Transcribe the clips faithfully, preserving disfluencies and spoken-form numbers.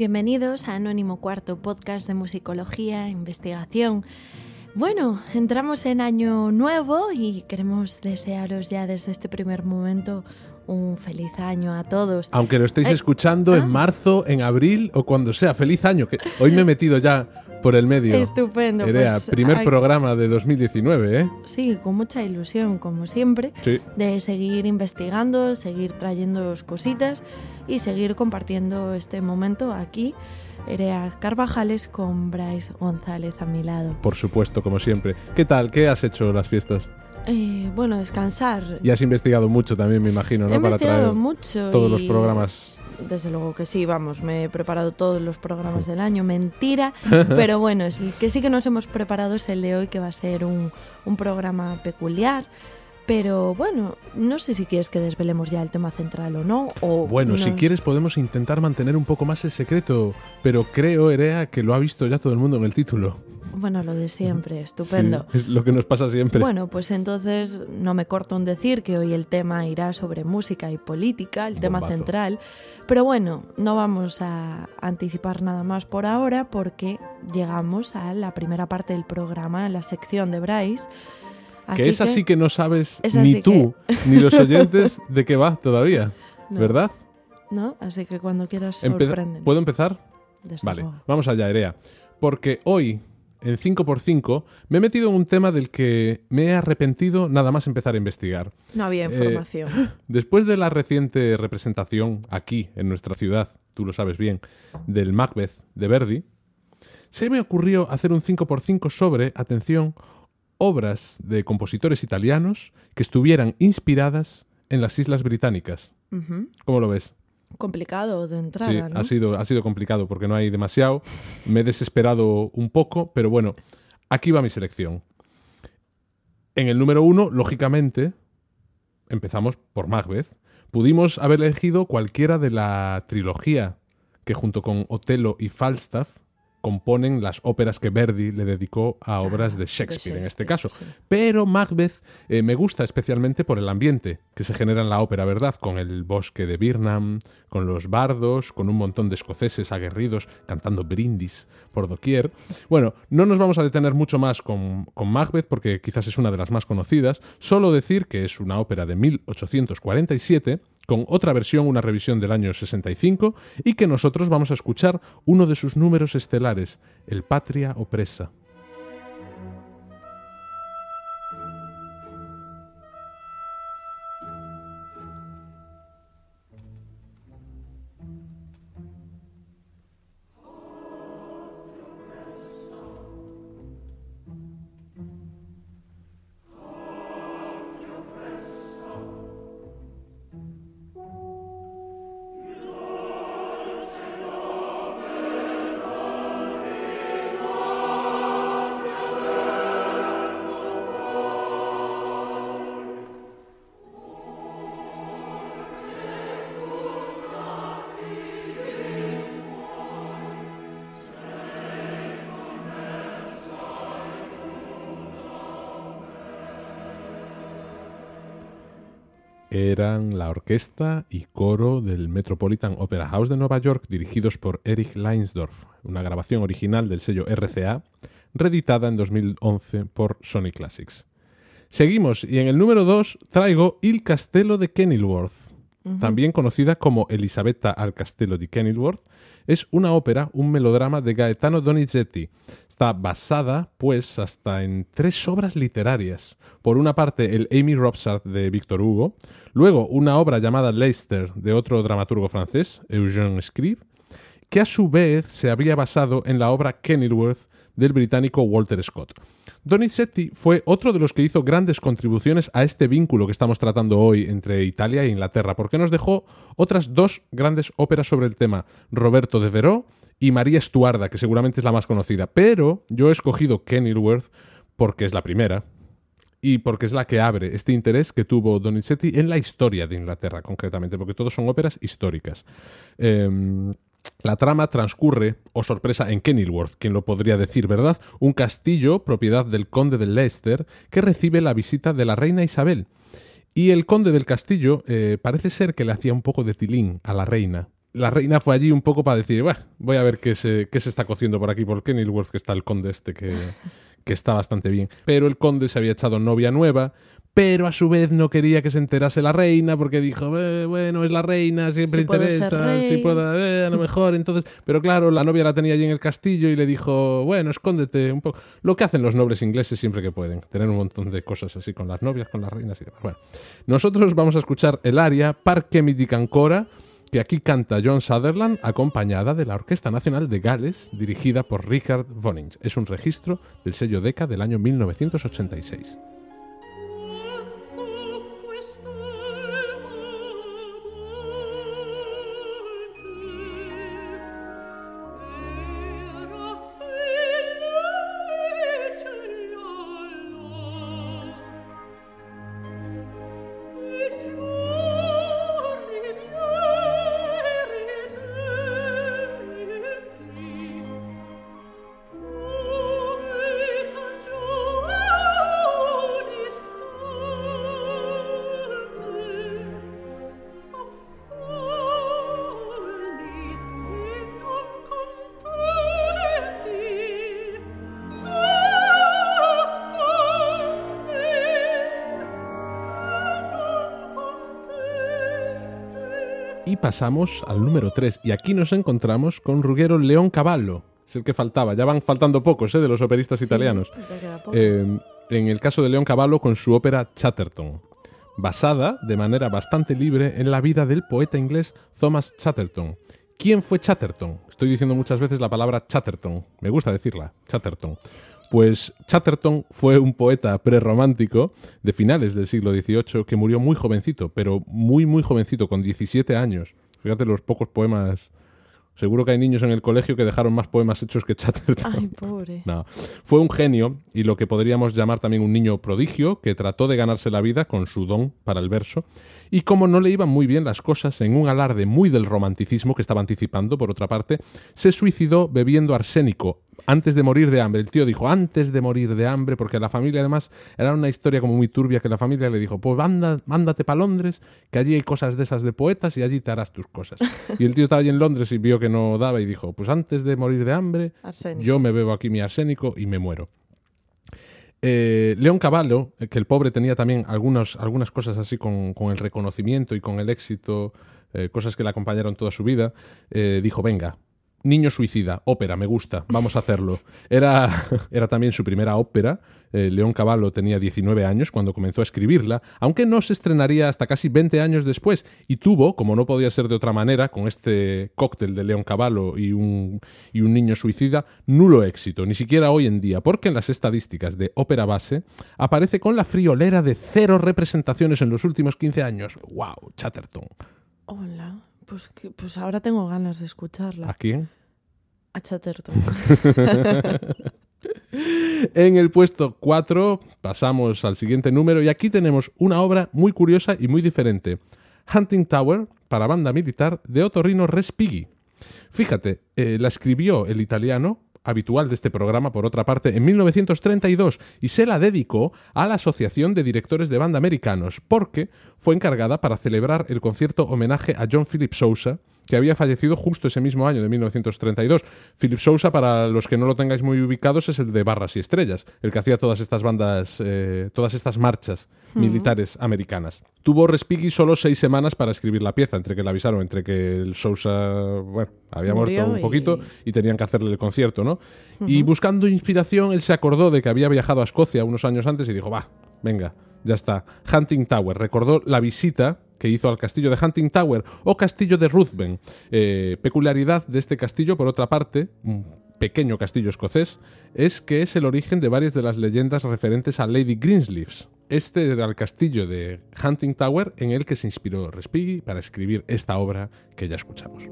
Bienvenidos a Anónimo Cuarto, podcast de musicología, investigación. Bueno, entramos en año nuevo y queremos desearos ya desde este primer momento un feliz año a todos. Aunque lo estéis Ay, escuchando ah. en marzo, en abril o cuando sea. ¡Feliz año! Que hoy me he metido ya por el medio. Estupendo. Nerea, pues, primer ay, programa de dos mil diecinueve, ¿eh? Sí, con mucha ilusión, como siempre, Sí. de seguir investigando, seguir trayéndoos cositas y seguir compartiendo este momento aquí. Erea Carvajales con Bryce González a mi lado. Por supuesto, como siempre. ¿Qué tal? ¿Qué has hecho las fiestas? Eh, bueno, descansar. Y has investigado mucho también, me imagino, ¿no? He Para investigado traer mucho todos y- los programas. Desde luego que sí, vamos, me he preparado todos los programas del año, mentira, pero bueno, es el que sí que nos hemos preparado es el de hoy, que va a ser un, un programa peculiar. Pero bueno, no sé si quieres que desvelemos ya el tema central o no. O Bueno, si nos- quieres podemos intentar mantener un poco más el secreto, pero creo, Erea, que lo ha visto ya todo el mundo en el título. Bueno, lo de siempre, estupendo. Sí, es lo que nos pasa siempre. Bueno, pues entonces no me corto en decir que hoy el tema irá sobre música y política, el tema Bombazo. central. Pero bueno, no vamos a anticipar nada más por ahora porque llegamos a la primera parte del programa, la sección de Bryce. que es así que no sabes es ni así tú ni los oyentes de qué va todavía, No. ¿verdad? ¿No? Así que cuando quieras Empe- sorprenden. ¿Puedo empezar? Desde Vale, luego. vamos allá, Erea. Porque hoy, en cinco por cinco, me he metido en un tema del que me he arrepentido nada más empezar a investigar. No había Eh, información. Después de la reciente representación aquí, en nuestra ciudad, tú lo sabes bien, del Macbeth de Verdi, se me ocurrió hacer un cinco por cinco sobre, atención, obras de compositores italianos que estuvieran inspiradas en las Islas Británicas. Ujú. ¿Cómo lo ves? Complicado de Sí, entrada, ¿no? ha sido, ha sido complicado porque no hay demasiado. Me he desesperado un poco, pero bueno, aquí va mi selección. En el número uno, lógicamente, empezamos por Macbeth. Pudimos haber elegido cualquiera de la trilogía que junto con Otelo y Falstaff componen las óperas que Verdi le dedicó a obras de Shakespeare, en este caso. sí. Pero Macbeth eh, me gusta especialmente por el ambiente que se genera en la ópera, ¿verdad? Con el bosque de Birnam, con los bardos, con un montón de escoceses aguerridos cantando brindis por doquier. Bueno, no nos vamos a detener mucho más con, con Macbeth porque quizás es una de las más conocidas. Solo decir que es una ópera de mil ochocientos cuarenta y siete con otra versión, una revisión del año sesenta y cinco, y que nosotros vamos a escuchar uno de sus números estelares, el Patria Opresa. Eran la orquesta y coro del Metropolitan Opera House de Nueva York, dirigidos por Erich Leinsdorf, una grabación original del sello R C A, reeditada en dos mil once por Sony Classics. Seguimos, y en el número dos traigo Il Castello de Kenilworth, uh-huh. también conocida como Elisabetta al Castello di Kenilworth. Es una ópera, un melodrama de Gaetano Donizetti. Está basada, pues, hasta en tres obras literarias. Por una parte, el Amy Robsart de Victor Hugo, luego una obra llamada Leicester de otro dramaturgo francés, Eugène Scribe, que a su vez se había basado en la obra Kenilworth del británico Walter Scott. Donizetti fue otro de los que hizo grandes contribuciones a este vínculo que estamos tratando hoy entre Italia e Inglaterra, porque nos dejó otras dos grandes óperas sobre el tema, Roberto de Veró y María Estuarda, que seguramente es la más conocida, pero yo he escogido Kenilworth porque es la primera y porque es la que abre este interés que tuvo Donizetti en la historia de Inglaterra, concretamente, porque todos son óperas históricas. Eh, La trama transcurre, oh sorpresa, en Kenilworth, quien lo podría decir, ¿verdad? Un castillo, propiedad del conde de Leicester, que recibe la visita de la reina Isabel. Y el conde del castillo eh, parece ser que le hacía un poco de tilín a la reina, la reina fue allí un poco para decir, bueno, voy a ver qué se, qué se está cociendo por aquí, por Kenilworth, que está el conde este que, que está bastante bien. Pero el conde se había echado novia nueva, pero a su vez no quería que se enterase la reina porque dijo, eh, bueno, es la reina, siempre Si puedo interesa, ser rey. si puedo, eh, a lo mejor, entonces... Pero claro, la novia la tenía allí en el castillo y le dijo, bueno, escóndete un poco. Lo que hacen los nobles ingleses siempre que pueden, tener un montón de cosas así con las novias, con las reinas y demás. Bueno, nosotros vamos a escuchar el aria Parque di Cancora, que aquí canta John Sutherland, acompañada de la Orquesta Nacional de Gales, dirigida por Richard Vonage. Es un registro del sello Decca del año mil novecientos ochenta y seis. Y pasamos al número tres, y aquí nos encontramos con Ruggero Leoncavallo. Es el que faltaba, ya van faltando pocos, ¿eh?, de los operistas Sí, italianos. ya queda poco. Eh, en el caso de Leoncavallo con su ópera Chatterton, basada de manera bastante libre en la vida del poeta inglés Thomas Chatterton. ¿Quién fue Chatterton? Estoy diciendo muchas veces la palabra Chatterton, me gusta decirla, Chatterton. Pues Chatterton fue un poeta prerromántico de finales del siglo dieciocho que murió muy jovencito, pero muy muy jovencito, con diecisiete años. Fíjate los pocos poemas. Seguro que hay niños en el colegio que dejaron más poemas hechos que Chatterton. Ay, pobre. No. Fue un genio y lo que podríamos llamar también un niño prodigio que trató de ganarse la vida con su don para el verso. Y como no le iban muy bien las cosas, en un alarde muy del romanticismo que estaba anticipando, por otra parte, se suicidó bebiendo arsénico antes de morir de hambre. El tío dijo, antes de morir de hambre, porque la familia además era una historia como muy turbia, que la familia le dijo, pues anda, mándate para Londres, que allí hay cosas de esas de poetas y allí te harás tus cosas. Y el tío estaba allí en Londres y vio que no daba y dijo, pues antes de morir de hambre, Arsénico. yo me bebo aquí mi arsénico y me muero. Eh, Leoncavallo, que el pobre tenía también algunos, algunas cosas así con, con el reconocimiento y con el éxito, eh, cosas que le acompañaron toda su vida, eh, dijo, venga, Niño suicida, ópera, me gusta, vamos a hacerlo. Era, era también su primera ópera. Eh, Leoncavallo tenía diecinueve años cuando comenzó a escribirla, aunque no se estrenaría hasta casi veinte años después, y tuvo, como no podía ser de otra manera, con este cóctel de Leoncavallo y un, y un niño suicida, nulo éxito, ni siquiera hoy en día, porque en las estadísticas de Ópera Base aparece con la friolera de cero representaciones en los últimos quince años. ¡Wow! Chatterton. Hola. Pues, que, pues ahora tengo ganas de escucharla. ¿A quién? A Chatterton. En el puesto cuatro pasamos al siguiente número y aquí tenemos una obra muy curiosa y muy diferente. Hunting Tower, para banda militar, de Ottorino Respighi. Fíjate, eh, la escribió el italiano, habitual de este programa, por otra parte, en mil novecientos treinta y dos, y se la dedicó a la Asociación de Directores de Banda Americanos, porque fue encargada para celebrar el concierto homenaje a John Philip Sousa, que había fallecido justo ese mismo año de mil novecientos treinta y dos. Philip Sousa, para los que no lo tengáis muy ubicados, es el de Barras y Estrellas, el que hacía todas estas bandas, eh, todas estas marchas uh-huh. militares americanas. Tuvo Respighi solo seis semanas para escribir la pieza, entre que le avisaron, entre que el Sousa, bueno, había Murió muerto un poquito y... y tenían que hacerle el concierto, ¿no? Uh-huh. Y buscando inspiración, él se acordó de que había viajado a Escocia unos años antes y dijo, va, venga, ya está. Hunting Tower. Recordó la visita que hizo al castillo de Hunting Tower o castillo de Ruthven. Eh, peculiaridad de este castillo, por otra parte, un pequeño castillo escocés, es que es el origen de varias de las leyendas referentes a Lady Greensleeves. Este era el castillo de Hunting Tower en el que se inspiró Respighi para escribir esta obra que ya escuchamos.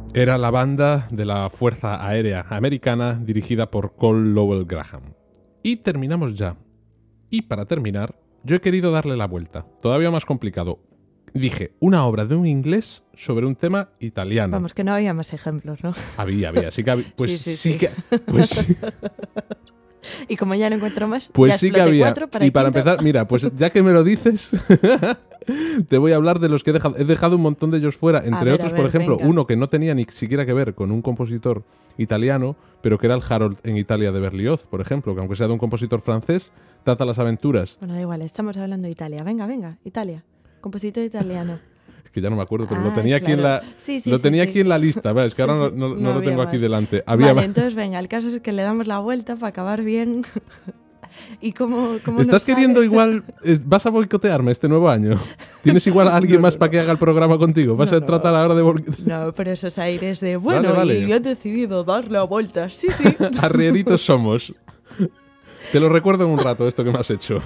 Era la banda de la Fuerza Aérea Americana dirigida por Cole Lowell Graham. Y terminamos ya. Y para terminar, yo he querido darle la vuelta, todavía más complicado. Dije, una obra de un inglés sobre un tema italiano. Vamos, que no había más ejemplos, ¿no? Había, había, sí que había. Pues sí, sí, sí, sí. que... Pues, y como ya no encuentro más, pues ya sí que había. Para y para quinto. empezar, mira, pues ya que me lo dices, te voy a hablar de los que he dejado. He dejado un montón de ellos fuera, entre ver, otros, ver, por ejemplo, venga. uno que no tenía ni siquiera que ver con un compositor italiano, pero que era el Harold en Italia de Berlioz, por ejemplo, que aunque sea de un compositor francés, trata las aventuras. Bueno, da igual, estamos hablando de Italia. Venga, venga, Italia. Compositor italiano. Es que ya no me acuerdo, pero Ah, lo tenía aquí en claro. la Sí, sí, lo sí, tenía sí. aquí en la lista, ¿ves? Es que Sí, ahora sí. no, no- No no lo había tengo aquí más. delante. Había Vale, más. entonces venga, el caso es que le damos la vuelta para acabar bien. ¿Y cómo, cómo ¿Estás nos sale? queriendo igual? es- ¿Vas a boicotearme este nuevo año? ¿Tienes igual a alguien No, más no, para que haga el programa contigo? ¿Vas No, a no. tratar ahora de boicotear? No, pero esos aires de, bueno, Vale, vale. y yo he decidido darle la vuelta. Sí, sí. Arrieritos somos. Te lo recuerdo en un rato, esto que me has hecho.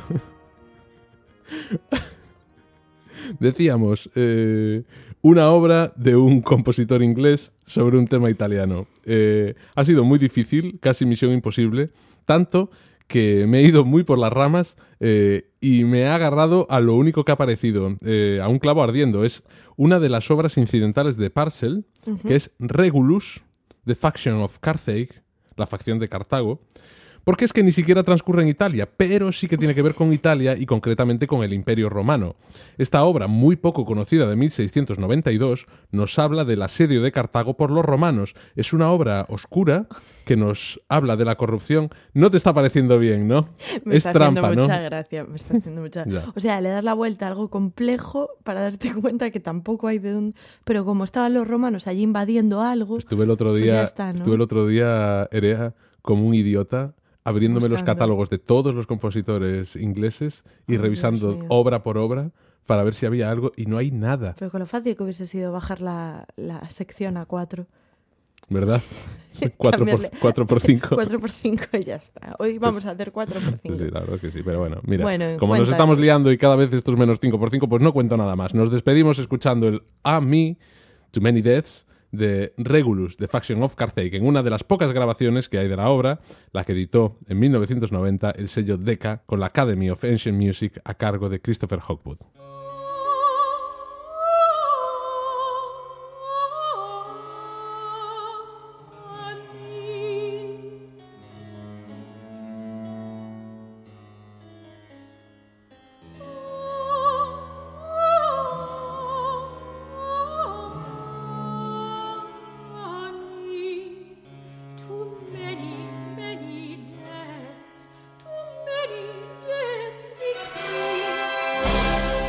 Decíamos, eh, una obra de un compositor inglés sobre un tema italiano. Eh, ha sido muy difícil, casi misión imposible, tanto que me he ido muy por las ramas eh, y me he agarrado a lo único que ha aparecido, eh, a un clavo ardiendo. Es una de las obras incidentales de Purcell, uh-huh. que es Regulus, The Faction of Carthage, la facción de Cartago, porque es que ni siquiera transcurre en Italia, pero sí que tiene que ver con Italia y concretamente con el Imperio Romano. Esta obra, muy poco conocida de mil seiscientos noventa y dos, nos habla del asedio de Cartago por los romanos. Es una obra oscura que nos habla de la corrupción. No te está pareciendo bien, ¿no? Me es está trampa, haciendo ¿no? mucha gracia, me está haciendo mucha... Ya. O sea, le das la vuelta a algo complejo para darte cuenta que tampoco hay de dónde... Pero como estaban los romanos allí invadiendo algo... Estuve el otro pues día, ya está, ¿no? estuve el otro día, Erea, como un idiota, abriéndome Buscando. los catálogos de todos los compositores ingleses y Oh, revisando Dios mío. obra por obra para ver si había algo y no hay nada, Pero con lo fácil que hubiese sido bajar la, la sección a cuatro. ¿verdad? cuatro por, Cambiarle. cuatro por cinco. cuatro por cinco y ya está. Hoy vamos a hacer cuatro por cinco. Sí, sí, la verdad es que sí, pero bueno, mira, Bueno, como nos cuéntanos. estamos liando y cada vez esto es menos cinco por cinco, pues no cuento nada más. Nos despedimos escuchando el A Me, Too Many Deaths, de Regulus, The Faction of Carthage, en una de las pocas grabaciones que hay de la obra, la que editó en mil novecientos noventa el sello Decca con la Academy of Ancient Music a cargo de Christopher Hogwood. Too many, many deaths, too many deaths between.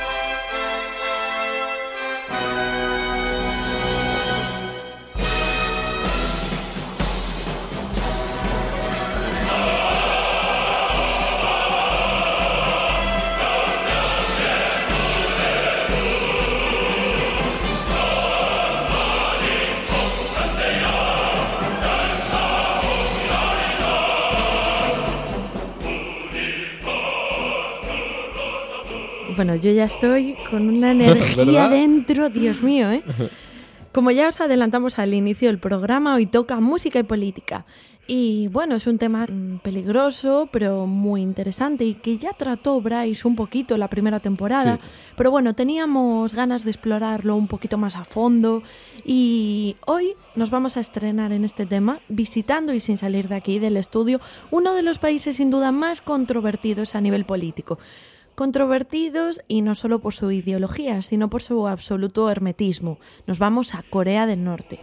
Bueno, yo ya estoy con una energía ¿Verdad? dentro, Dios mío, ¿eh? Como ya os adelantamos al inicio del programa, hoy toca música y política. Y bueno, es un tema mm, peligroso, pero muy interesante y que ya trató Bryce un poquito en la primera temporada. Sí. Pero bueno, teníamos ganas de explorarlo un poquito más a fondo y hoy nos vamos a estrenar en este tema, visitando y sin salir de aquí del estudio, uno de los países sin duda más controvertidos a nivel político. Controvertidos y no solo por su ideología, sino por su absoluto hermetismo. Nos vamos a Corea del Norte.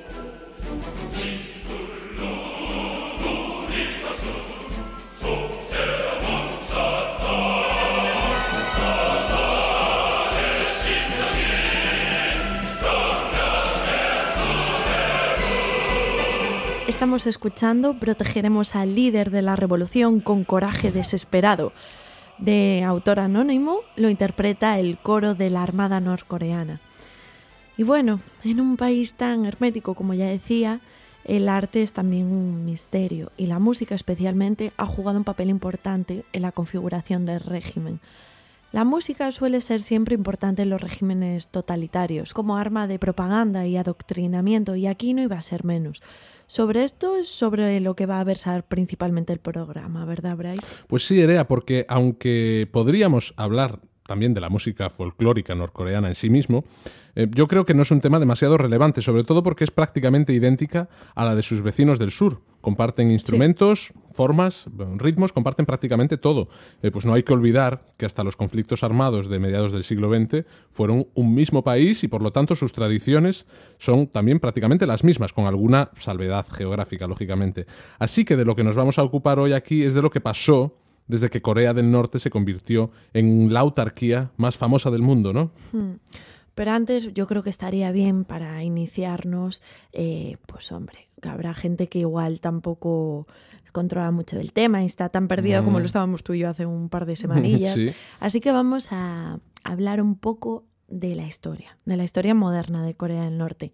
Estamos escuchando Protegeremos al líder de la revolución con coraje desesperado. De autor anónimo, lo interpreta el coro de la Armada norcoreana. Y bueno, en un país tan hermético como ya decía, el arte es también un misterio y la música especialmente ha jugado un papel importante en la configuración del régimen. La música suele ser siempre importante en los regímenes totalitarios, como arma de propaganda y adoctrinamiento, y aquí no iba a ser menos. Sobre esto es sobre lo que va a versar principalmente el programa, ¿verdad, Bryce? Pues sí, Erea, porque aunque podríamos hablar también de la música folclórica norcoreana en sí mismo, eh, yo creo que no es un tema demasiado relevante, sobre todo porque es prácticamente idéntica a la de sus vecinos del sur. Comparten instrumentos, sí. formas, ritmos, comparten prácticamente todo. Eh, pues no hay que olvidar que hasta los conflictos armados de mediados del siglo veinte fueron un mismo país y por lo tanto sus tradiciones son también prácticamente las mismas, con alguna salvedad geográfica, lógicamente. Así que de lo que nos vamos a ocupar hoy aquí es de lo que pasó desde que Corea del Norte se convirtió en la autarquía más famosa del mundo, ¿no? Hmm. Pero antes yo creo que estaría bien para iniciarnos, eh, pues hombre, que habrá gente que igual tampoco controla mucho del tema y está tan perdida mm. como lo estábamos tú y yo hace un par de semanillas. Sí. Así que vamos a hablar un poco de la historia, de la historia moderna de Corea del Norte.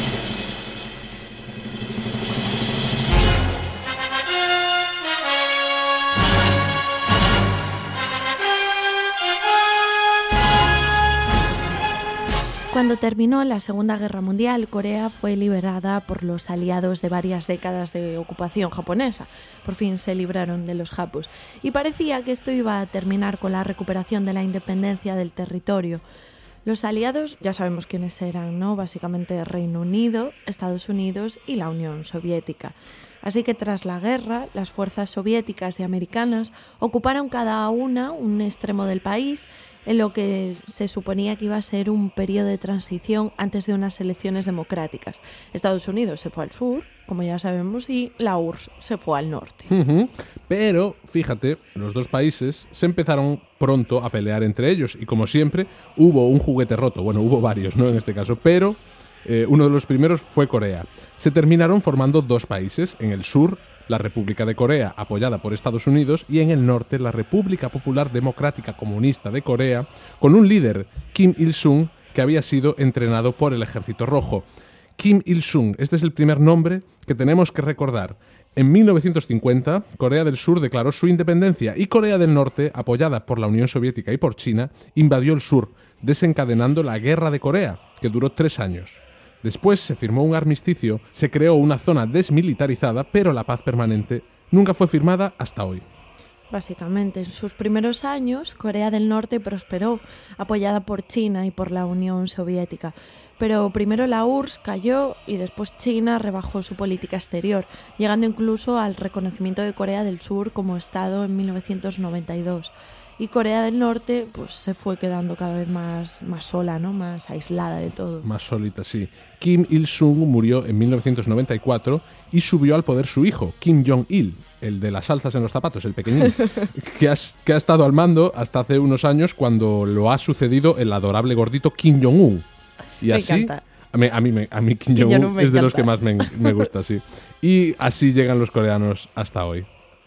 Cuando terminó la Segunda Guerra Mundial, Corea fue liberada por los aliados de varias décadas de ocupación japonesa. Por fin se libraron de los japos. Y parecía que esto iba a terminar con la recuperación de la independencia del territorio. Los aliados, ya sabemos quiénes eran, ¿no? Básicamente Reino Unido, Estados Unidos y la Unión Soviética. Así que tras la guerra, las fuerzas soviéticas y americanas ocuparon cada una un extremo del país, en lo que se suponía que iba a ser un periodo de transición antes de unas elecciones democráticas. Estados Unidos se fue al sur, como ya sabemos, y la U R S S se fue al norte. Uh-huh. Pero, fíjate, los dos países se empezaron pronto a pelear entre ellos y, como siempre, hubo un juguete roto. Bueno, hubo varios, ¿no? En este caso, pero eh, uno de los primeros fue Corea. Se terminaron formando dos países, en el sur la República de Corea, apoyada por Estados Unidos, y en el norte la República Popular Democrática Comunista de Corea, con un líder, Kim Il-sung, que había sido entrenado por el Ejército Rojo. Kim Il-sung, este es el primer nombre que tenemos que recordar. En mil novecientos cincuenta, Corea del Sur declaró su independencia y Corea del Norte, apoyada por la Unión Soviética y por China, invadió el sur, desencadenando la Guerra de Corea, que duró tres años. Después se firmó un armisticio, se creó una zona desmilitarizada, pero la paz permanente nunca fue firmada hasta hoy. Básicamente, en sus primeros años, Corea del Norte prosperó, apoyada por China y por la Unión Soviética. Pero primero la U R S S cayó y después China rebajó su política exterior, llegando incluso al reconocimiento de Corea del Sur como Estado en mil novecientos noventa y dos. Y Corea del Norte pues se fue quedando cada vez más, más sola, ¿no? Más aislada de todo. Más solita, sí. Kim Il-sung murió en mil novecientos noventa y cuatro y subió al poder su hijo, Kim Jong-il, el de las alzas en los zapatos, el pequeñín, que, ha, que ha estado al mando hasta hace unos años cuando lo ha sucedido el adorable gordito Kim Jong-un. Y me así, encanta. A mí, a mí, me, a mí Kim Jong-un es de los que más me, me gusta, sí. Y así llegan los coreanos hasta hoy.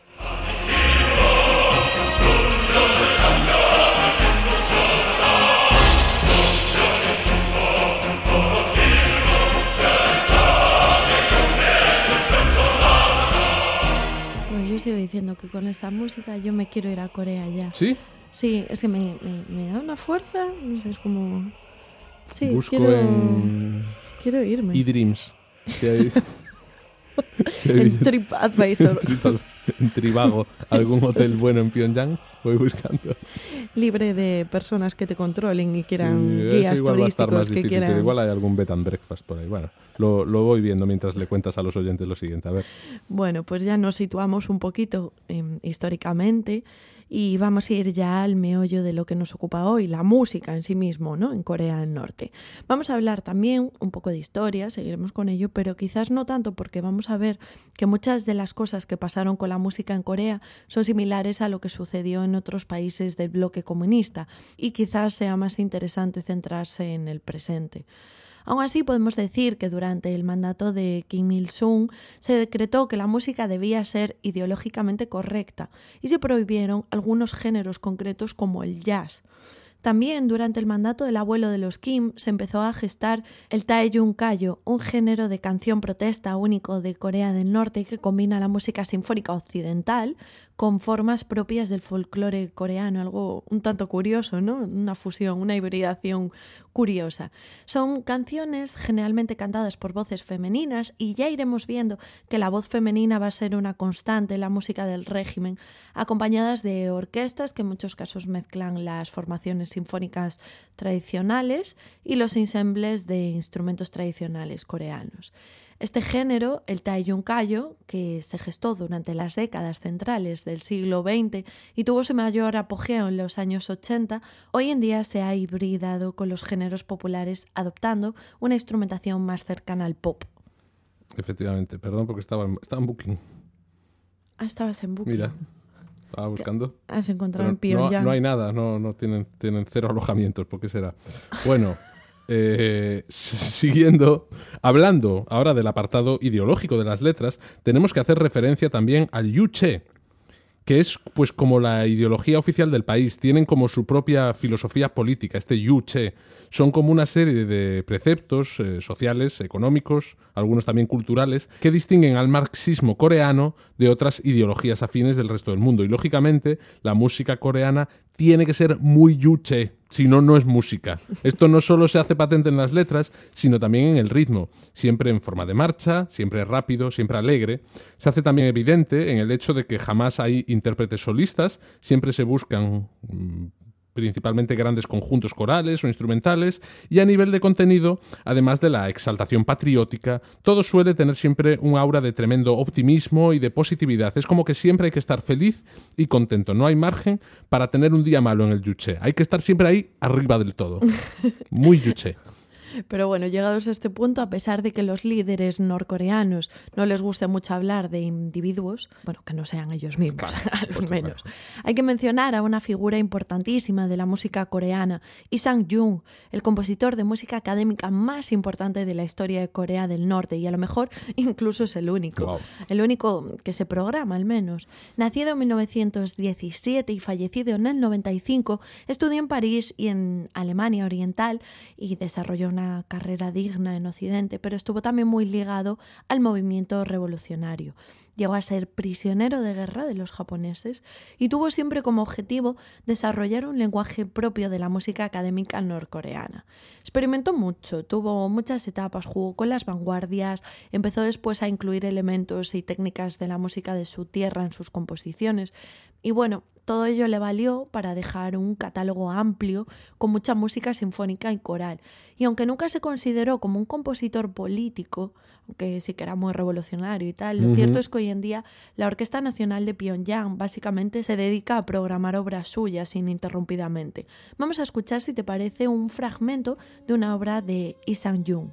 Yo sigo diciendo que con esta música yo me quiero ir a Corea ya. ¿Sí? Sí, es que me, me, me da una fuerza, no sé, es como... Sí, Busco quiero... en... Quiero irme. eDreams. Si hay... si hay... En TripAdvisor. En Trivago, algún hotel bueno en Pyongyang, voy buscando. Libre de personas que te controlen y quieran sí, guías igual turísticos va a estar más que difícil, quieran... pero igual hay algún bed and breakfast por ahí. Bueno, lo, lo voy viendo mientras le cuentas a los oyentes lo siguiente. A ver. Bueno, pues ya nos situamos un poquito eh, históricamente y vamos a ir ya al meollo de lo que nos ocupa hoy, la música en sí mismo, ¿no? En Corea del Norte. Vamos a hablar también un poco de historia, seguiremos con ello, pero quizás no tanto porque vamos a ver que muchas de las cosas que pasaron con la música en Corea son similares a lo que sucedió en otros países del bloque comunista y quizás sea más interesante centrarse en el presente. Aún así, podemos decir que durante el mandato de Kim Il-sung se decretó que la música debía ser ideológicamente correcta y se prohibieron algunos géneros concretos como el jazz. También durante el mandato del abuelo de los Kim se empezó a gestar el Taeyong-gayo, un género de canción protesta único de Corea del Norte que combina la música sinfónica occidental con formas propias del folclore coreano, algo un tanto curioso, ¿no? Una fusión, una hibridación curiosa. Son canciones generalmente cantadas por voces femeninas y ya iremos viendo que la voz femenina va a ser una constante en la música del régimen, acompañadas de orquestas que en muchos casos mezclan las formaciones sinfónicas tradicionales y los ensembles de instrumentos tradicionales coreanos. Este género, el taeyonggayo, que se gestó durante las décadas centrales del siglo veinte y tuvo su mayor apogeo en los años ochenta, hoy en día se ha hibridado con los géneros populares, adoptando una instrumentación más cercana al pop. Efectivamente, perdón porque estaba en, estaba en Booking. Ah, estabas en Booking. Mira, estaba buscando. Has encontrado en Pero no, Pyongyang. no hay nada, no, no tienen, tienen cero alojamientos, ¿por qué será? Bueno... Eh, siguiendo, hablando ahora del apartado ideológico de las letras, tenemos que hacer referencia también al Yuche, que es pues como la ideología oficial del país. Tienen como su propia filosofía política, este Yuche. Son como una serie de preceptos eh, sociales, económicos, algunos también culturales, que distinguen al marxismo coreano de otras ideologías afines del resto del mundo. Y lógicamente, la música coreana tiene que ser muy Yuche, si no, no es música. Esto no solo se hace patente en las letras, sino también en el ritmo. Siempre en forma de marcha, siempre rápido, siempre alegre. Se hace también evidente en el hecho de que jamás hay intérpretes solistas, siempre se buscan mmm, principalmente grandes conjuntos corales o instrumentales, y a nivel de contenido, además de la exaltación patriótica, todo suele tener siempre un aura de tremendo optimismo y de positividad. Es como que siempre hay que estar feliz y contento. No hay margen para tener un día malo en el Yuche. Hay que estar siempre ahí arriba del todo. Muy Yuche. Pero bueno, llegados a este punto, a pesar de que los líderes norcoreanos no les guste mucho hablar de individuos, bueno, que no sean ellos mismos, Claro, a lo pues, menos, claro. hay que mencionar a una figura importantísima de la música coreana, Lee Sang-jung, el compositor de música académica más importante de la historia de Corea del Norte, y a lo mejor incluso es el único, Wow. el único que se programa al menos. Nacido en mil novecientos diecisiete y fallecido en el noventa y cinco, estudió en París y en Alemania Oriental y desarrolló una carrera digna en Occidente, pero estuvo también muy ligado al movimiento revolucionario. Llegó a ser prisionero de guerra de los japoneses y tuvo siempre como objetivo desarrollar un lenguaje propio de la música académica norcoreana. Experimentó mucho, tuvo muchas etapas, jugó con las vanguardias, empezó después a incluir elementos y técnicas de la música de su tierra en sus composiciones y bueno, todo ello le valió para dejar un catálogo amplio con mucha música sinfónica y coral. Y aunque nunca se consideró como un compositor político, aunque sí que era muy revolucionario y tal, lo Uh-huh. cierto es que hoy en día la Orquesta Nacional de Pyongyang básicamente se dedica a programar obras suyas ininterrumpidamente. Vamos a escuchar, si te parece, un fragmento de una obra de Lee Sang-jung.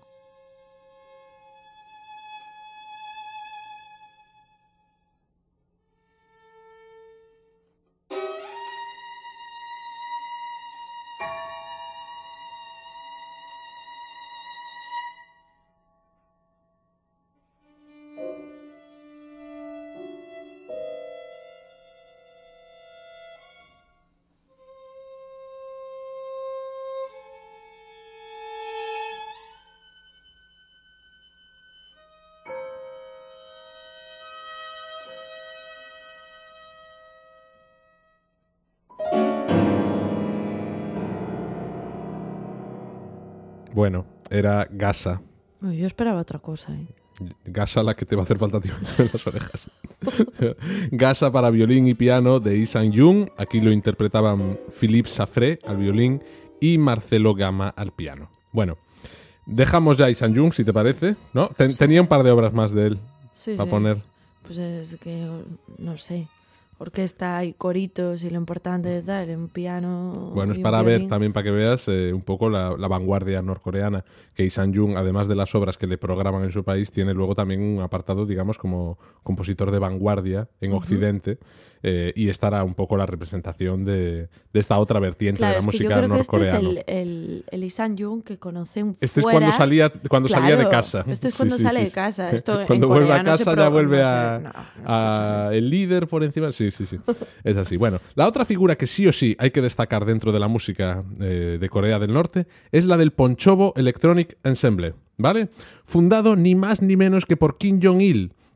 Bueno, era Gasa. Uy, yo esperaba otra cosa, ¿eh? Gasa la que te va a hacer falta a ti en las orejas. Gasa para violín y piano de Lee Sang-jung. Aquí lo interpretaban Philippe Safré al violín y Marcelo Gama al piano. Bueno, dejamos ya a Lee Sang-jung, si te parece, ¿no? Ten- Sí, tenía sí. un par de obras más de él Sí, para sí. poner. Pues es que, no sé, orquesta y coritos y lo importante es dar un piano. Bueno, es y un para ver, violín. también para que veas eh, un poco la, la vanguardia norcoreana, que Lee Sang-jung, además de las obras que le programan en su país, tiene luego también un apartado, digamos, como compositor de vanguardia en Ujú. Occidente, eh, y esta era un poco la representación de, de esta otra vertiente Claro, de la es que yo música creo que este es norcoreana. el, el, el Lee Sang-jung que conocen Este es fuera. cuando salía, cuando salía de Claro, casa. Este es Sí, cuando sí, sale sí, de sí. casa. Esto Cuando en vuelve Corea a no se casa pro- ya vuelve no a, se- no, no escuchan a esto. el líder por encima. Sí, sí, sí. Es así. Bueno, la otra figura que sí o sí hay que destacar dentro de la música eh, de Corea del Norte es la del Ponchobo Electronic Ensemble, ¿vale? Fundado ni más ni menos que por Kim Jong-il,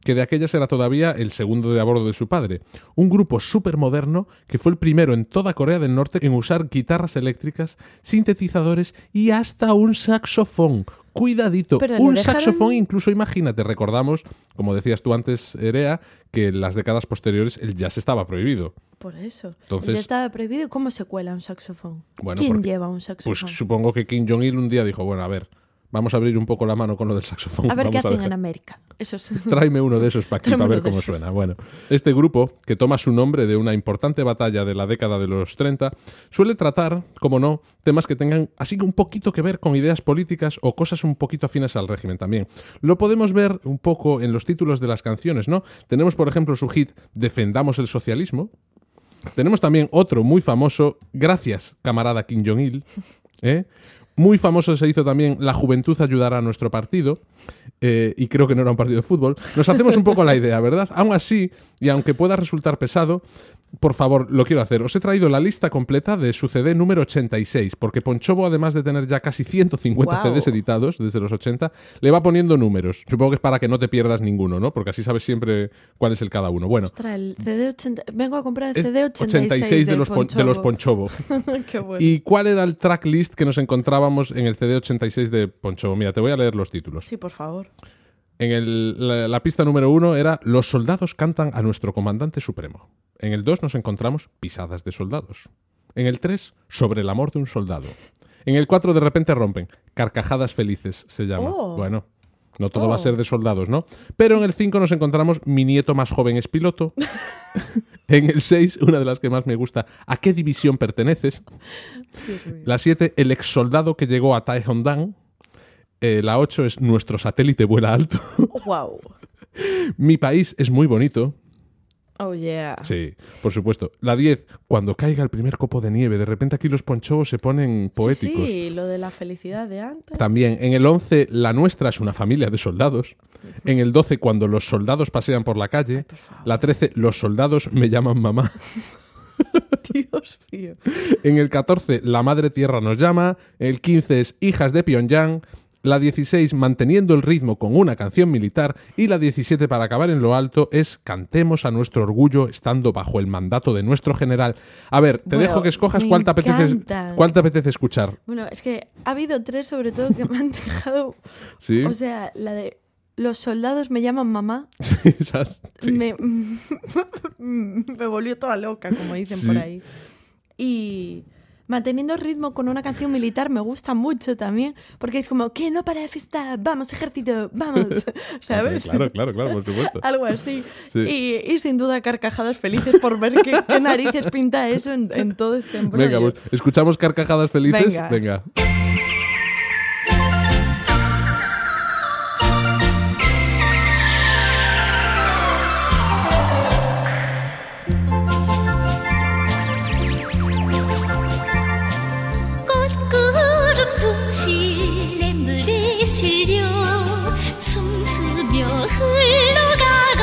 que de aquellas era todavía el segundo de a bordo de su padre. Un grupo súper moderno que fue el primero en toda Corea del Norte en usar guitarras eléctricas, sintetizadores y hasta un saxofón. Cuidadito, Pero un le dejaron- saxofón incluso, imagínate, recordamos, como decías tú antes, Erea, que en las décadas posteriores el jazz estaba prohibido. Por eso. Entonces- Ya estaba prohibido. ¿Cómo se cuela un saxofón? Bueno, ¿Quién porque- lleva un Pues saxofón? supongo que Kim Jong-il un día dijo, bueno, a ver, vamos a abrir un poco la mano con lo del saxofón. a ver qué Vamos hacen dejar- en América. Eso es... Tráeme uno de esos para aquí Tráeme para ver uno de cómo esos. suena. Bueno, este grupo, que toma su nombre de una importante batalla de la década de los treinta, suele tratar, como no, temas que tengan así un poquito que ver con ideas políticas o cosas un poquito afines al régimen también. Lo podemos ver un poco en los títulos de las canciones, ¿no? Tenemos, por ejemplo, su hit Defendamos el socialismo. Tenemos también otro muy famoso, Gracias, camarada Kim Jong-il, ¿eh? Muy famoso se hizo también La juventud ayudará a nuestro partido, eh, y creo que no era un partido de fútbol. Nos hacemos un poco la idea, ¿verdad? Aún así, y aunque pueda resultar pesado, por favor, lo quiero hacer. Os he traído la lista completa de su C D número ochenta y seis, porque Ponchovo, además de tener ya casi ciento cincuenta Guau. C Ds editados desde los ochenta, le va poniendo números. Supongo que es para que no te pierdas ninguno, ¿no? Porque así sabes siempre cuál es el cada uno. Bueno, Ostras, el C D ochenta... Vengo a comprar el es C D ochenta y seis, de, los pon- de los Ponchovo. Qué bueno. ¿Y cuál era el tracklist que nos encontrábamos en el C D ochenta y seis de Ponchovo? Mira, te voy a leer los títulos. Sí, por favor. En el- la, la pista número uno era Los soldados cantan a nuestro comandante supremo. En el dos nos encontramos Pisadas de soldados. En el tres, Sobre el amor de un soldado. En el cuatro de repente rompen Carcajadas felices se llama. Oh. Bueno, no todo Oh. va a ser de soldados, ¿no? Pero en el cinco nos encontramos Mi nieto más joven es piloto. En el seis, una de las que más me gusta, ¿A qué división perteneces? Dios mío. La siete, El ex soldado que llegó a Taehongdang. Eh, la ocho es Nuestro satélite vuela alto. Wow. Mi país es muy bonito. Oh, yeah. Sí, por supuesto. La diez, Cuando caiga el primer copo de nieve. De repente aquí los ponchovos se ponen poéticos. Sí, sí, lo de la felicidad de antes. También en el once, La nuestra es una familia de soldados. En el doce, Cuando los soldados pasean por la calle. por favor. La trece, Los soldados me llaman mamá. Dios mío. En el catorce, La madre tierra nos llama. El quince es Hijas de Pyongyang. La dieciséis, Manteniendo el ritmo con una canción militar. Y la diecisiete, para acabar en lo alto, es Cantemos a nuestro orgullo estando bajo el mandato de nuestro general. A ver, te Bueno, dejo que escojas me cuál te, apetece, encantan. cuál te apetece escuchar. Bueno, es que ha habido tres sobre todo que me han dejado... ¿Sí? O sea, la de los soldados me llaman mamá, Esas- sí. me, me volvió toda loca, como dicen Sí. por ahí. Y manteniendo el ritmo con una canción militar me gusta mucho también, porque es como, que no para de fiesta, vamos ejército, vamos, ¿sabes? Claro, claro, claro, por supuesto. Algo así. Sí. Y, y sin duda carcajadas felices por ver qué, qué narices pinta eso en, en todo este embrollo. Venga, pues, ¿escuchamos Carcajadas felices? Venga. Venga. 꽃구름 둥실 냇물에 실려 춤추며 흘러가고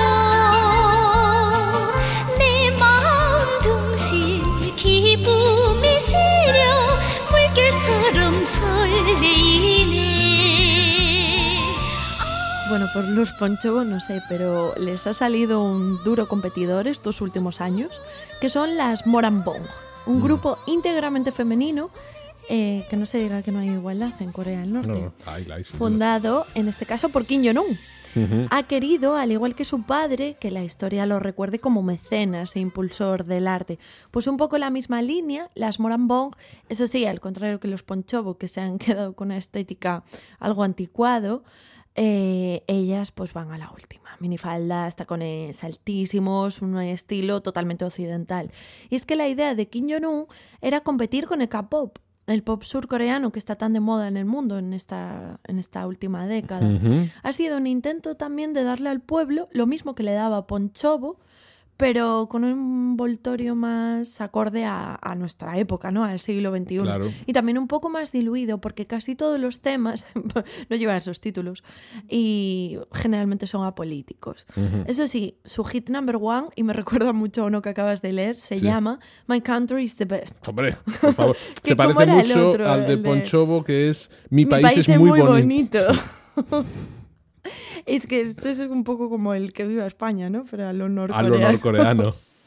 내 마음 둥실 기쁨이 실려 물결처럼 설레이네. Bueno, por los Ponchovo no sé, pero les ha salido un duro competidor estos últimos años, que son las Moranbong, un grupo íntegramente femenino, eh, que no se diga que no hay igualdad en Corea del Norte, No, ahí la hay, sin duda. fundado en este caso por Kim Jong-un. Ujú. Ha querido, al igual que su padre, que la historia lo recuerde como mecenas e impulsor del arte. Pues un poco la misma línea, las Moranbong, eso sí, al contrario que los Ponchovo, que se han quedado con una estética algo anticuado, eh, ellas pues van a la última. Minifaldas, tacones altísimos, un estilo totalmente occidental. Y es que la idea de Kim Jong-un era competir con el K-pop, el pop surcoreano que está tan de moda en el mundo en esta, en esta última década. Ujú. Ha sido un intento también de darle al pueblo lo mismo que le daba Ponchovo, pero con un envoltorio más acorde a, a nuestra época, ¿no? Al siglo veintiuno. Claro. Y también un poco más diluido, porque casi todos los temas no llevan esos títulos y generalmente son apolíticos. Ujú. Eso sí, su hit number one, y me recuerda mucho a uno que acabas de leer, se Sí. llama My Country is the Best. Hombre, por favor. ¿Que Se cómo parece era el mucho otro, al de el de- Ponchovo, que es Mi, país, es muy, bonito. bonito. Es que esto es un poco como el que viva España, ¿no? Pero a lo A norcoreano. lo norcoreano.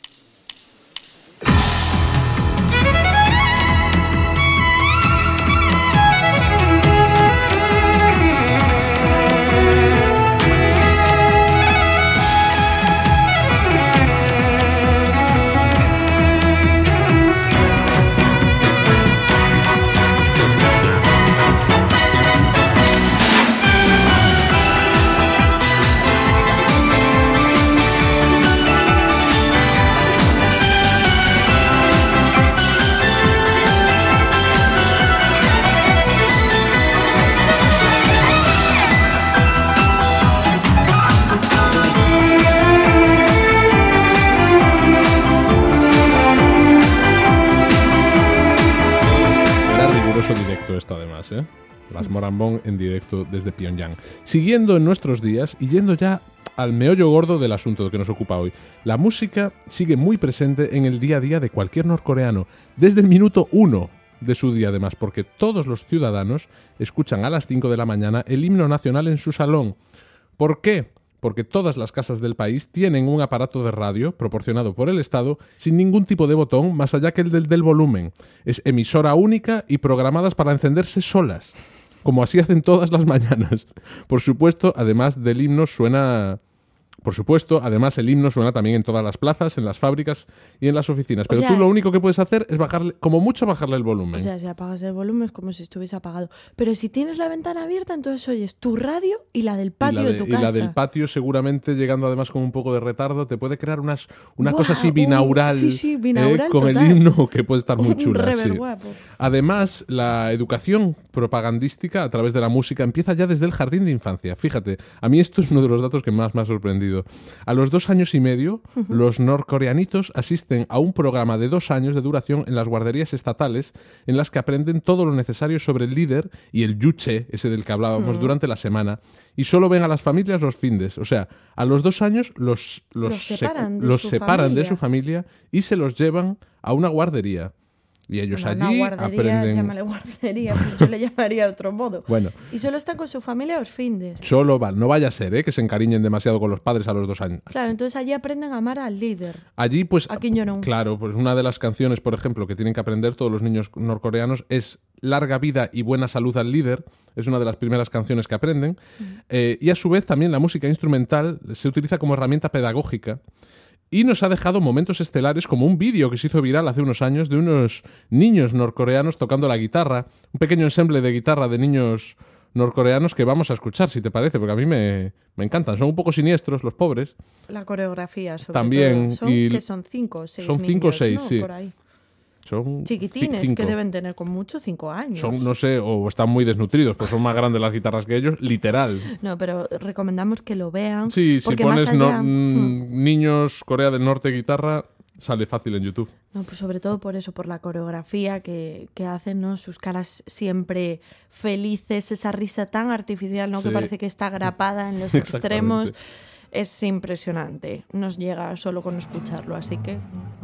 Directo esto además, ¿eh? Las Morambón en directo desde Pyongyang. Siguiendo en nuestros días y yendo ya al meollo gordo del asunto que nos ocupa hoy. La música sigue muy presente en el día a día de cualquier norcoreano, desde el minuto uno de su día además, porque todos los ciudadanos escuchan a las cinco de la mañana el himno nacional en su salón. ¿Por qué? Porque todas las casas del país tienen un aparato de radio proporcionado por el Estado sin ningún tipo de botón más allá que el del, del volumen. Es emisora única y programadas para encenderse solas, como así hacen todas las mañanas. Por supuesto, además del himno suena... Por supuesto, además el himno suena también en todas las plazas, en las fábricas y en las oficinas. Pero O sea, tú lo único que puedes hacer es bajarle, como mucho bajarle el volumen. O sea, si apagas el volumen es como si estuviese apagado. Pero si tienes la ventana abierta, entonces oyes tu radio y la del patio y la de, de, tu casa. Y la del patio, seguramente, llegando además con un poco de retardo, te puede crear unas, una Buah, cosa así un- binaural, sí, sí, binaural eh, con total. el himno, que puede estar muy Un chula. rever sí. guapo. Además, la educación propagandística a través de la música empieza ya desde el jardín de infancia. Fíjate, a mí esto es uno de los datos que más me ha sorprendido. A los dos años y medio, uh-huh. los norcoreanitos asisten a un programa de dos años de duración en las guarderías estatales en las que aprenden todo lo necesario sobre el líder y el yuche, ese del que hablábamos, uh-huh. durante la semana, y solo ven a las familias los findes. O sea, a los dos años los, los, los separan, se, de, los su separan de su familia. familia y se los llevan a una guardería. Y ellos bueno, allí una guardería, aprenden... llámale guardería, pues yo le llamaría de otro modo. Bueno. Y solo están con su familia los findes. Solo van, no vaya a ser, ¿eh? Que se encariñen demasiado con los padres a los dos años. Claro, entonces allí aprenden a amar al líder. Allí, pues, a Kim Jong-un. Claro, pues una de las canciones, por ejemplo, que tienen que aprender todos los niños norcoreanos es Larga vida y buena salud al líder. Es una de las primeras canciones que aprenden. Mm. Eh, y a su vez también la música instrumental se utiliza como herramienta pedagógica. Y nos ha dejado momentos estelares como un vídeo que se hizo viral hace unos años de unos niños norcoreanos tocando la guitarra, un pequeño ensemble de guitarra de niños norcoreanos que vamos a escuchar, si te parece, porque a mí me, me encantan. Son un poco siniestros los pobres. La coreografía, sobre También, todo. Son, y que son cinco o seis Son niños, cinco o seis, ¿no? sí. Por ahí. Son chiquitines, cinco. que deben tener con mucho cinco años. Son, no sé, o están muy desnutridos, pues son más grandes las guitarras que ellos, literal. No, pero recomendamos que lo vean. Sí, si pones allá, no, hmm. niños Corea del Norte guitarra, sale fácil en YouTube. No, pues sobre todo por eso, por la coreografía que, que hacen, ¿no? Sus caras siempre felices, esa risa tan artificial, ¿no? Sí. Que parece que está agrapada en los extremos. Es impresionante. Nos llega solo con escucharlo, así que...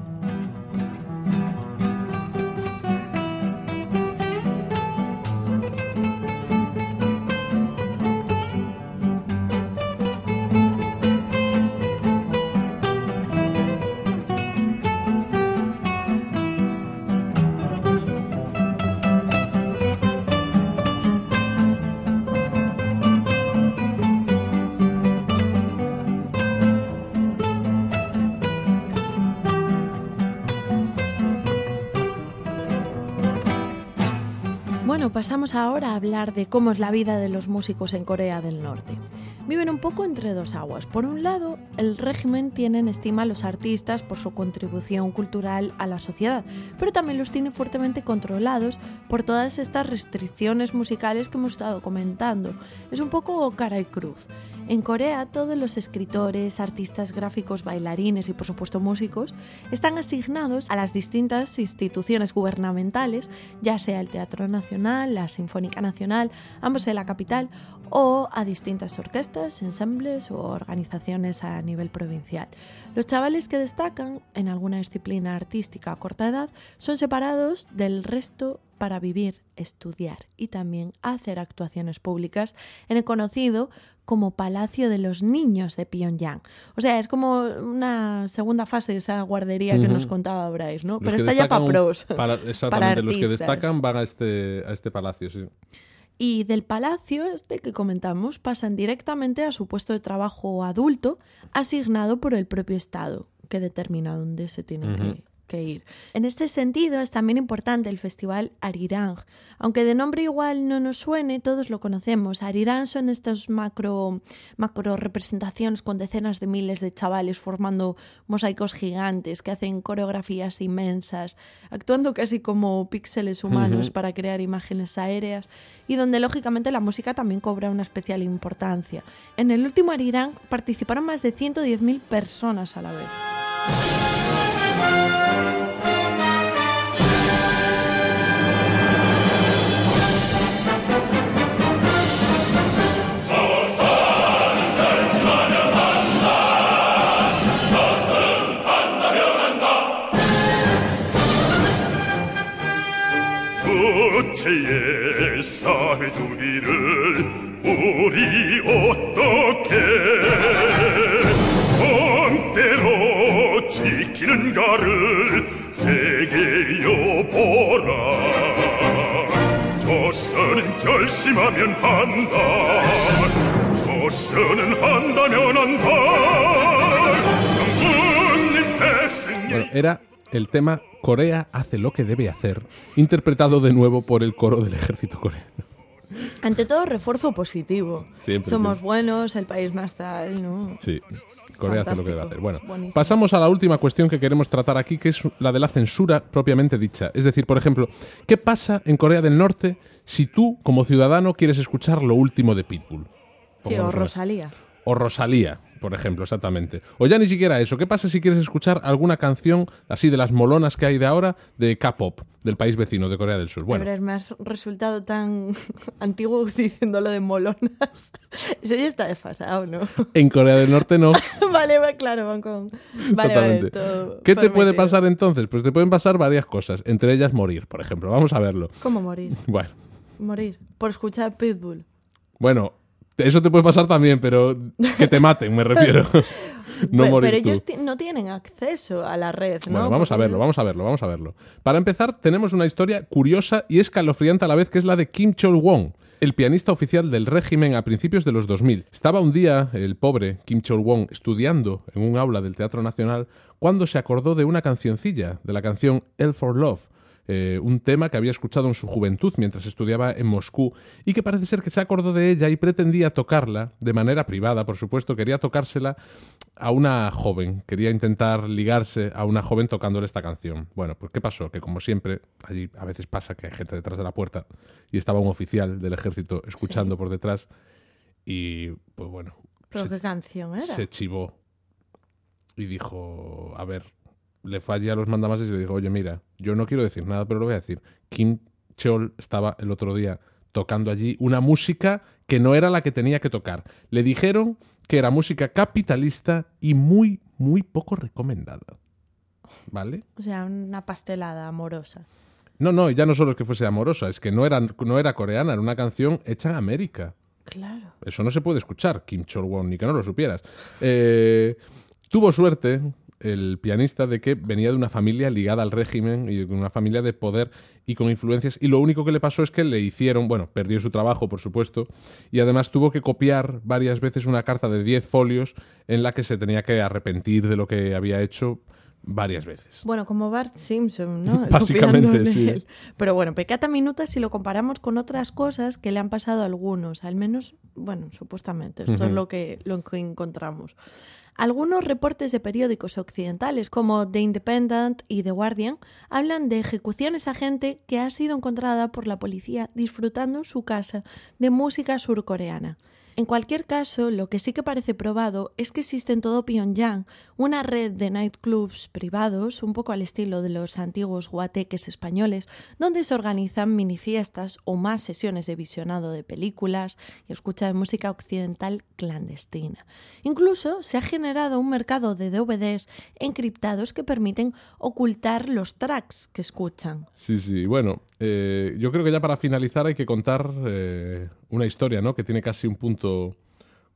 Bueno, pasamos ahora a hablar de cómo es la vida de los músicos en Corea del Norte. Viven un poco entre dos aguas. Por un lado, el régimen tiene en estima a los artistas por su contribución cultural a la sociedad, pero también los tiene fuertemente controlados por todas estas restricciones musicales que hemos estado comentando. Es un poco cara y cruz. En Corea, todos los escritores, artistas gráficos, bailarines y, por supuesto, músicos están asignados a las distintas instituciones gubernamentales, ya sea el Teatro Nacional, la Sinfónica Nacional, ambos en la capital, o a distintas orquestas, ensambles o organizaciones a nivel provincial. Los chavales que destacan en alguna disciplina artística a corta edad son separados del resto para vivir, estudiar y también hacer actuaciones públicas en el conocido como Palacio de los Niños de Pyongyang. O sea, es como una segunda fase de esa guardería que uh-huh. nos contaba Bryce, ¿no? Los Pero está ya para pros. Para, exactamente, para los que destacan van a este, a este palacio, sí. Y del palacio este que comentamos pasan directamente a su puesto de trabajo adulto asignado por el propio Estado, que determina dónde se tienen uh-huh. que, que ir. En este sentido es también importante el festival Arirang. Aunque de nombre igual no nos suene, todos lo conocemos. Arirang son estas macro, macro representaciones con decenas de miles de chavales formando mosaicos gigantes que hacen coreografías inmensas, actuando casi como píxeles humanos uh-huh. para crear imágenes aéreas y donde lógicamente la música también cobra una especial importancia. En el último Arirang participaron más de ciento diez mil personas a la vez. 주체의 사회주의를 우리 어떻게 성대로 지키는가를 세계여 보라. 조선은 결심하면 한다. 조선은 한다면 한다. 국민 백성의 Bueno, era el tema Corea hace lo que debe hacer, interpretado de nuevo por el coro del ejército coreano. Ante todo, refuerzo positivo. Siempre, Somos sí. buenos, el país más tal, ¿no? Sí, Es Corea hace lo fantástico, que debe hacer. Bueno, buenísimo. pasamos a la última cuestión que queremos tratar aquí, que es la de la censura propiamente dicha. Es decir, por ejemplo, ¿qué pasa en Corea del Norte si tú, como ciudadano, quieres escuchar lo último de Pitbull? Sí, o Rosalía. O Rosalía, por ejemplo, exactamente. O ya ni siquiera eso. ¿Qué pasa si quieres escuchar alguna canción así de las molonas que hay de ahora de K-pop, del país vecino de Corea del Sur? Bueno, Pero me has resultado tan antiguo diciendo lo de molonas. Eso ya está desfasado, ¿no? en Corea del Norte no. Vale, va, claro, van con... Vale, vale, Exactamente. todo ¿Qué te puede permitido. pasar entonces? Pues te pueden pasar varias cosas, entre ellas morir, por ejemplo. Vamos a verlo. ¿Cómo morir? Bueno, Morir. Por escuchar Pitbull. bueno, eso te puede pasar también, pero que te maten, me refiero. No Pe- morir pero tú. ellos ti- no tienen acceso a la red, ¿no? Bueno, vamos Porque a verlo, ellos- vamos a verlo, vamos a verlo. Para empezar, tenemos una historia curiosa y escalofriante a la vez, que es la de Kim Chol-won, el pianista oficial del régimen a principios de los dos mil. Estaba un día, el pobre Kim Chol-won, estudiando en un aula del Teatro Nacional, cuando se acordó de una cancioncilla, de la canción Hell for Love, eh, un tema que había escuchado en su juventud mientras estudiaba en Moscú y que parece ser que se acordó de ella y pretendía tocarla, de manera privada, por supuesto, quería tocársela a una joven, quería intentar ligarse a una joven tocándole esta canción. Bueno, pues ¿qué pasó? Que como siempre, allí a veces pasa que hay gente detrás de la puerta y estaba un oficial del ejército escuchando Sí. por detrás y, pues bueno, ¿Pero se, qué canción era? se chivó y dijo, a ver, le fallé a los mandamases y le dijo, oye, mira, yo no quiero decir nada, pero lo voy a decir. Kim Chol estaba el otro día tocando allí una música que no era la que tenía que tocar. Le dijeron que era música capitalista y muy, muy poco recomendada. ¿Vale? O sea, una pastelada amorosa. No, no, ya no solo es que fuese amorosa, es que no era, no era coreana, era una canción hecha en América. Claro. Eso no se puede escuchar, Kim Chol-won, ni que no lo supieras. Eh, tuvo suerte el pianista de que venía de una familia ligada al régimen y de una familia de poder y con influencias, y lo único que le pasó es que le hicieron, bueno, perdió su trabajo, por supuesto, y además tuvo que copiar varias veces una carta de diez folios en la que se tenía que arrepentir de lo que había hecho varias veces. Bueno, como Bart Simpson, ¿no? Básicamente, Copiando de sí. él. Pero bueno, pecata minuta si lo comparamos con otras cosas que le han pasado a algunos, al menos, bueno, supuestamente, esto Ujú. es lo que, lo que encontramos. Algunos reportes de periódicos occidentales, como The Independent y The Guardian, hablan de ejecuciones a gente que ha sido encontrada por la policía disfrutando en su casa de música surcoreana. En cualquier caso, lo que sí que parece probado es que existe en todo Pyongyang una red de nightclubs privados, un poco al estilo de los antiguos guateques españoles, donde se organizan minifiestas o más sesiones de visionado de películas y escucha de música occidental clandestina. Incluso se ha generado un mercado de D V Ds encriptados que permiten ocultar los tracks que escuchan. Sí, sí. Bueno, eh, yo creo que ya para finalizar hay que contar eh, una historia, ¿no? Que tiene casi un punto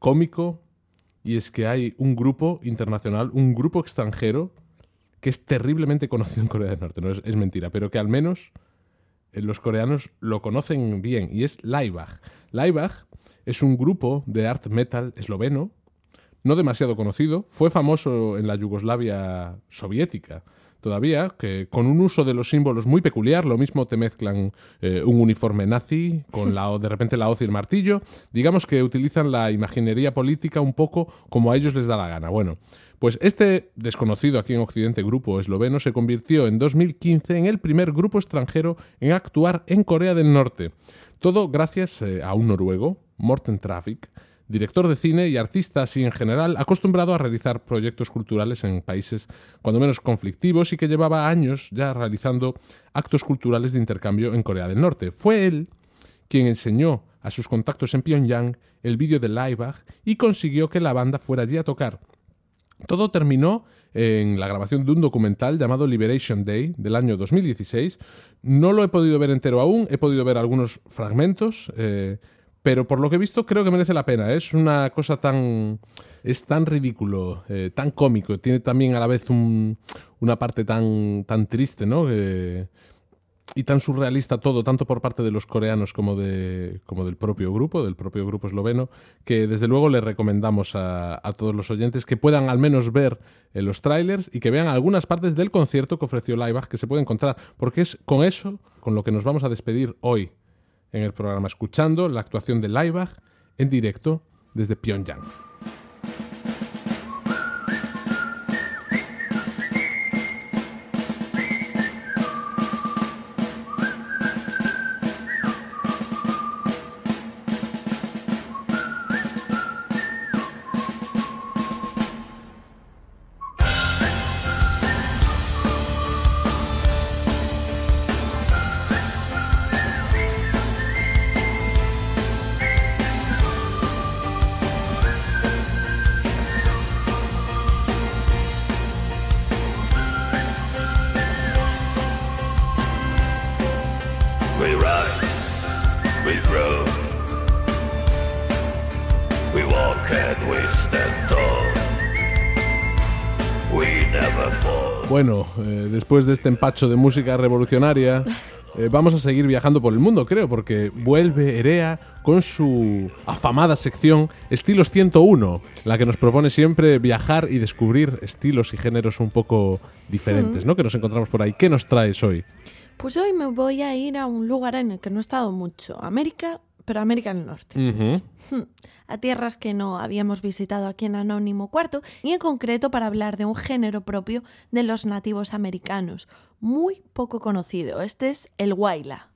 cómico, y es que hay un grupo internacional, un grupo extranjero, que es terriblemente conocido en Corea del Norte. No es, es mentira, pero que al menos eh, los coreanos lo conocen bien, y es Laibach. Laibach es un grupo de art metal esloveno, no demasiado conocido, fue famoso en la Yugoslavia soviética todavía, que con un uso de los símbolos muy peculiar. Lo mismo te mezclan eh, un uniforme nazi con la, de repente la hoz y el martillo. Digamos que utilizan la imaginería política un poco como a ellos les da la gana. Bueno, pues este desconocido aquí en Occidente grupo esloveno se convirtió en dos mil quince en el primer grupo extranjero en actuar en Corea del Norte. Todo gracias eh, a un noruego, Morten Traavik, director de cine y artista así en general, acostumbrado a realizar proyectos culturales en países cuando menos conflictivos y que llevaba años ya realizando actos culturales de intercambio en Corea del Norte. Fue él quien enseñó a sus contactos en Pyongyang el vídeo de Laibach y consiguió que la banda fuera allí a tocar. Todo terminó en la grabación de un documental llamado Liberation Day del año dos mil dieciséis. No lo he podido ver entero aún, he podido ver algunos fragmentos, eh, pero por lo que he visto creo que merece la pena. Es una cosa tan... es tan ridículo, eh, tan cómico. Tiene también a la vez un, una parte tan, tan triste, ¿no? Eh, y tan surrealista todo, tanto por parte de los coreanos como, de, como del propio grupo, del propio grupo esloveno, que desde luego le recomendamos a, a todos los oyentes que puedan al menos ver eh, los trailers y que vean algunas partes del concierto que ofreció Laibach, que se puede encontrar, porque es con eso con lo que nos vamos a despedir hoy en el programa, escuchando la actuación de Laibach en directo desde Pyongyang. Bueno, eh, después de este empacho de música revolucionaria, eh, vamos a seguir viajando por el mundo, creo, porque vuelve Erea con su afamada sección Estilos ciento uno, la que nos propone siempre viajar y descubrir estilos y géneros un poco diferentes, ¿no? Que nos encontramos por ahí. ¿Qué nos traes hoy? Pues hoy me voy a ir a un lugar en el que no he estado mucho, América, pero América del Norte. Uh-huh. A tierras que no habíamos visitado aquí en Anónimo Cuarto, y en concreto para hablar de un género propio de los nativos americanos, muy poco conocido. Este es el huayla.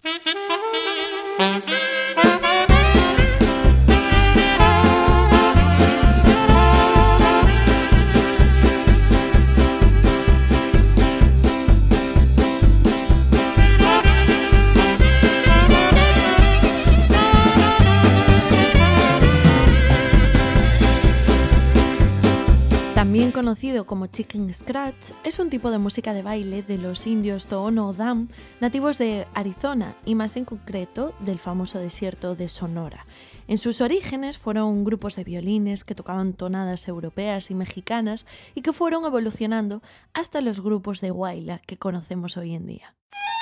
También conocido como Chicken Scratch, es un tipo de música de baile de los indios Tohono O'odham, nativos de Arizona y más en concreto del famoso desierto de Sonora. En sus orígenes fueron grupos de violines que tocaban tonadas europeas y mexicanas y que fueron evolucionando hasta los grupos de huayla que conocemos hoy en día.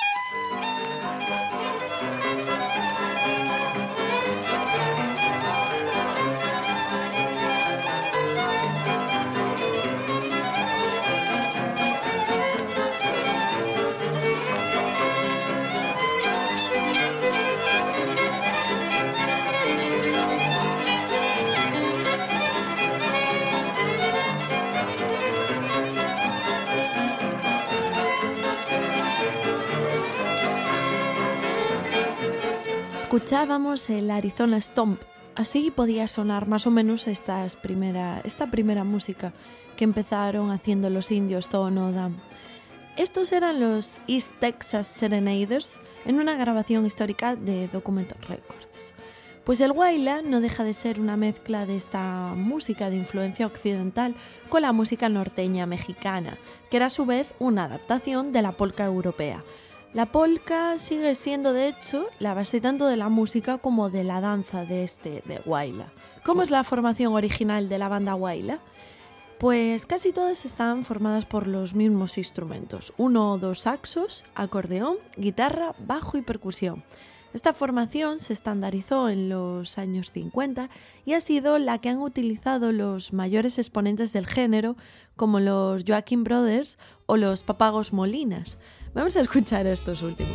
Escuchábamos el Arizona Stomp, así podía sonar más o menos estas primera, esta primera música que empezaron haciendo los indios Tohono O'odham. Estos eran los East Texas Serenaders en una grabación histórica de Documental Records. Pues el huayla no deja de ser una mezcla de esta música de influencia occidental con la música norteña mexicana, que era a su vez una adaptación de la polka europea. La polka sigue siendo, de hecho, la base tanto de la música como de la danza de este, de Huayla. ¿Cómo es la formación original de la banda Huayla? Pues casi todas están formadas por los mismos instrumentos, uno o dos saxos, acordeón, guitarra, bajo y percusión. Esta formación se estandarizó en los años cincuenta y ha sido la que han utilizado los mayores exponentes del género, como los Joaquin Brothers o los Papagos Molinas. Vamos a escuchar estos últimos.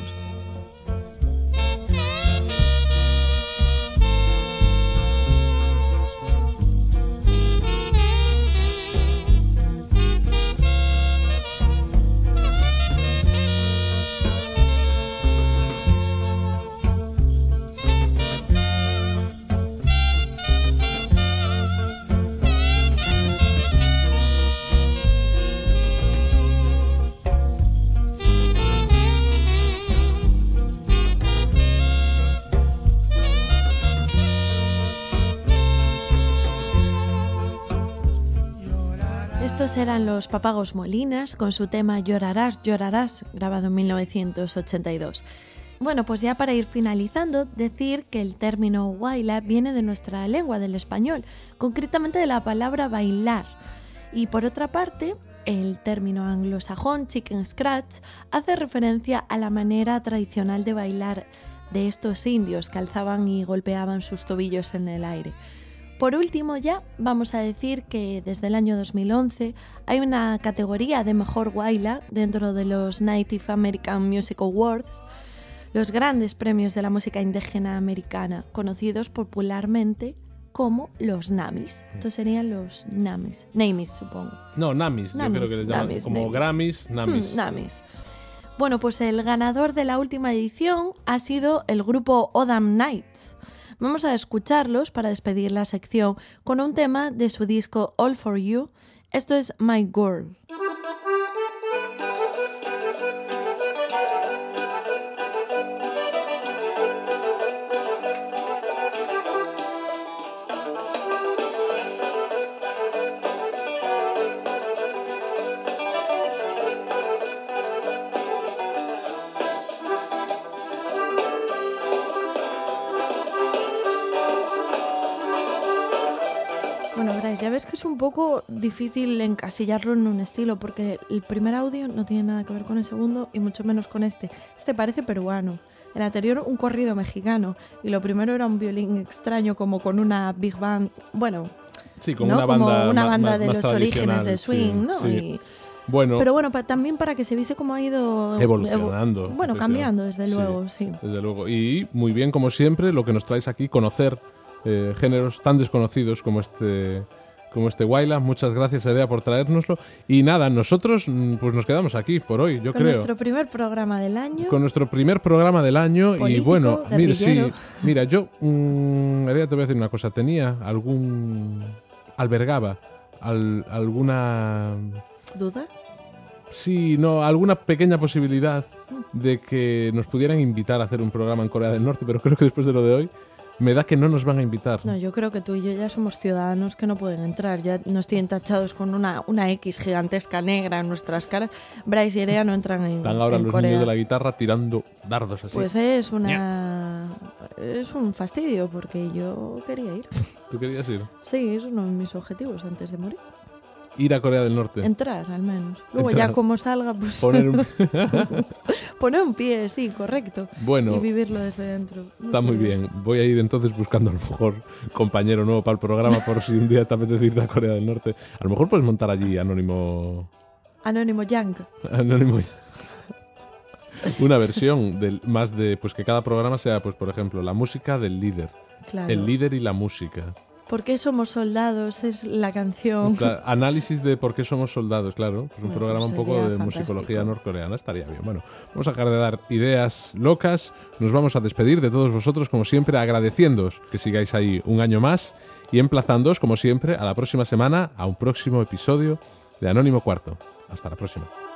Estos eran los Papagos Molinas con su tema Llorarás, llorarás, grabado en mil novecientos ochenta y dos. Bueno, pues ya para ir finalizando, decir que el término Huayla viene de nuestra lengua, del español, concretamente de la palabra bailar. Y por otra parte, el término anglosajón chicken scratch hace referencia a la manera tradicional de bailar de estos indios que alzaban y golpeaban sus tobillos en el aire. Por último ya vamos a decir que desde el año dos mil once hay una categoría de mejor Huayla dentro de los Native American Music Awards, los grandes premios de la música indígena americana, conocidos popularmente como los NAMIs. Estos serían los NAMIs, NAMIs supongo. No, NAMIs, NAMIs, yo creo que les llaman NAMIs, como NAMIs. Grammys, NAMIs. Hmm, NAMIs. Bueno, pues el ganador de la última edición ha sido el grupo Odam Nights. Vamos a escucharlos para despedir la sección con un tema de su disco All For You. Esto es My Girl. Bueno, Bryce, ya ves que es un poco difícil encasillarlo en un estilo porque el primer audio no tiene nada que ver con el segundo y mucho menos con este. Este parece peruano. El anterior un corrido mexicano y lo primero era un violín extraño como con una big band, bueno, Sí, como ¿no? una banda, como una ma- banda ma- de más los orígenes de tradicional, swing, sí, ¿no? sí. Y- Bueno, pero bueno, pa- también para que se viese cómo ha ido evolucionando. evo- bueno, cambiando, desde luego, sí. Desde luego. Y muy bien, como siempre, lo que nos traes aquí, conocer eh, géneros tan desconocidos como este como este Huayla. Muchas gracias, Edea, por traérnoslo. Y nada, nosotros mm, pues nos quedamos aquí por hoy, yo Con creo. nuestro primer programa del año. Con nuestro primer programa del año. Político, y bueno, mira, sí, guerrillero. mira, yo, mm, Edea, te voy a decir una cosa. Tenía algún... albergaba al- alguna... ¿Duda? Sí, no, alguna pequeña posibilidad de que nos pudieran invitar a hacer un programa en Corea del Norte, pero creo que después de lo de hoy me da que no nos van a invitar. No, yo creo que tú y yo ya somos ciudadanos que no pueden entrar. Ya nos tienen tachados con una, una X gigantesca negra en nuestras caras. Bryce y Erea no entran en, Están ahora en los Corea. niños de la guitarra tirando dardos así. Pues es una... es un fastidio porque yo quería ir. ¿Tú querías ir? Sí, es uno de mis objetivos antes de morir. Ir a Corea del Norte. Entrar, al menos. Luego Entrar. ya como salga, pues... Poner un... poner un pie, sí, correcto. Bueno, Y vivirlo desde dentro. está muy bien. Voy a ir entonces buscando a lo mejor compañero nuevo para el programa por si un día te apetece irte a Corea del Norte. A lo mejor puedes montar allí Anónimo... Anónimo Yang. Anónimo... Una versión del, más de... Pues que cada programa sea, pues por ejemplo, la música del líder. Claro. El líder y la música. ¿Por qué somos soldados? Es la canción. Cla- Análisis de por qué somos soldados, claro. Pues un Bueno, programa pues un poco sería de fantástico. musicología norcoreana. Estaría bien. Bueno, vamos a dejar de dar ideas locas. Nos vamos a despedir de todos vosotros, como siempre, agradeciéndoos que sigáis ahí un año más y emplazándoos, como siempre, a la próxima semana, a un próximo episodio de Anónimo Cuarto. Hasta la próxima.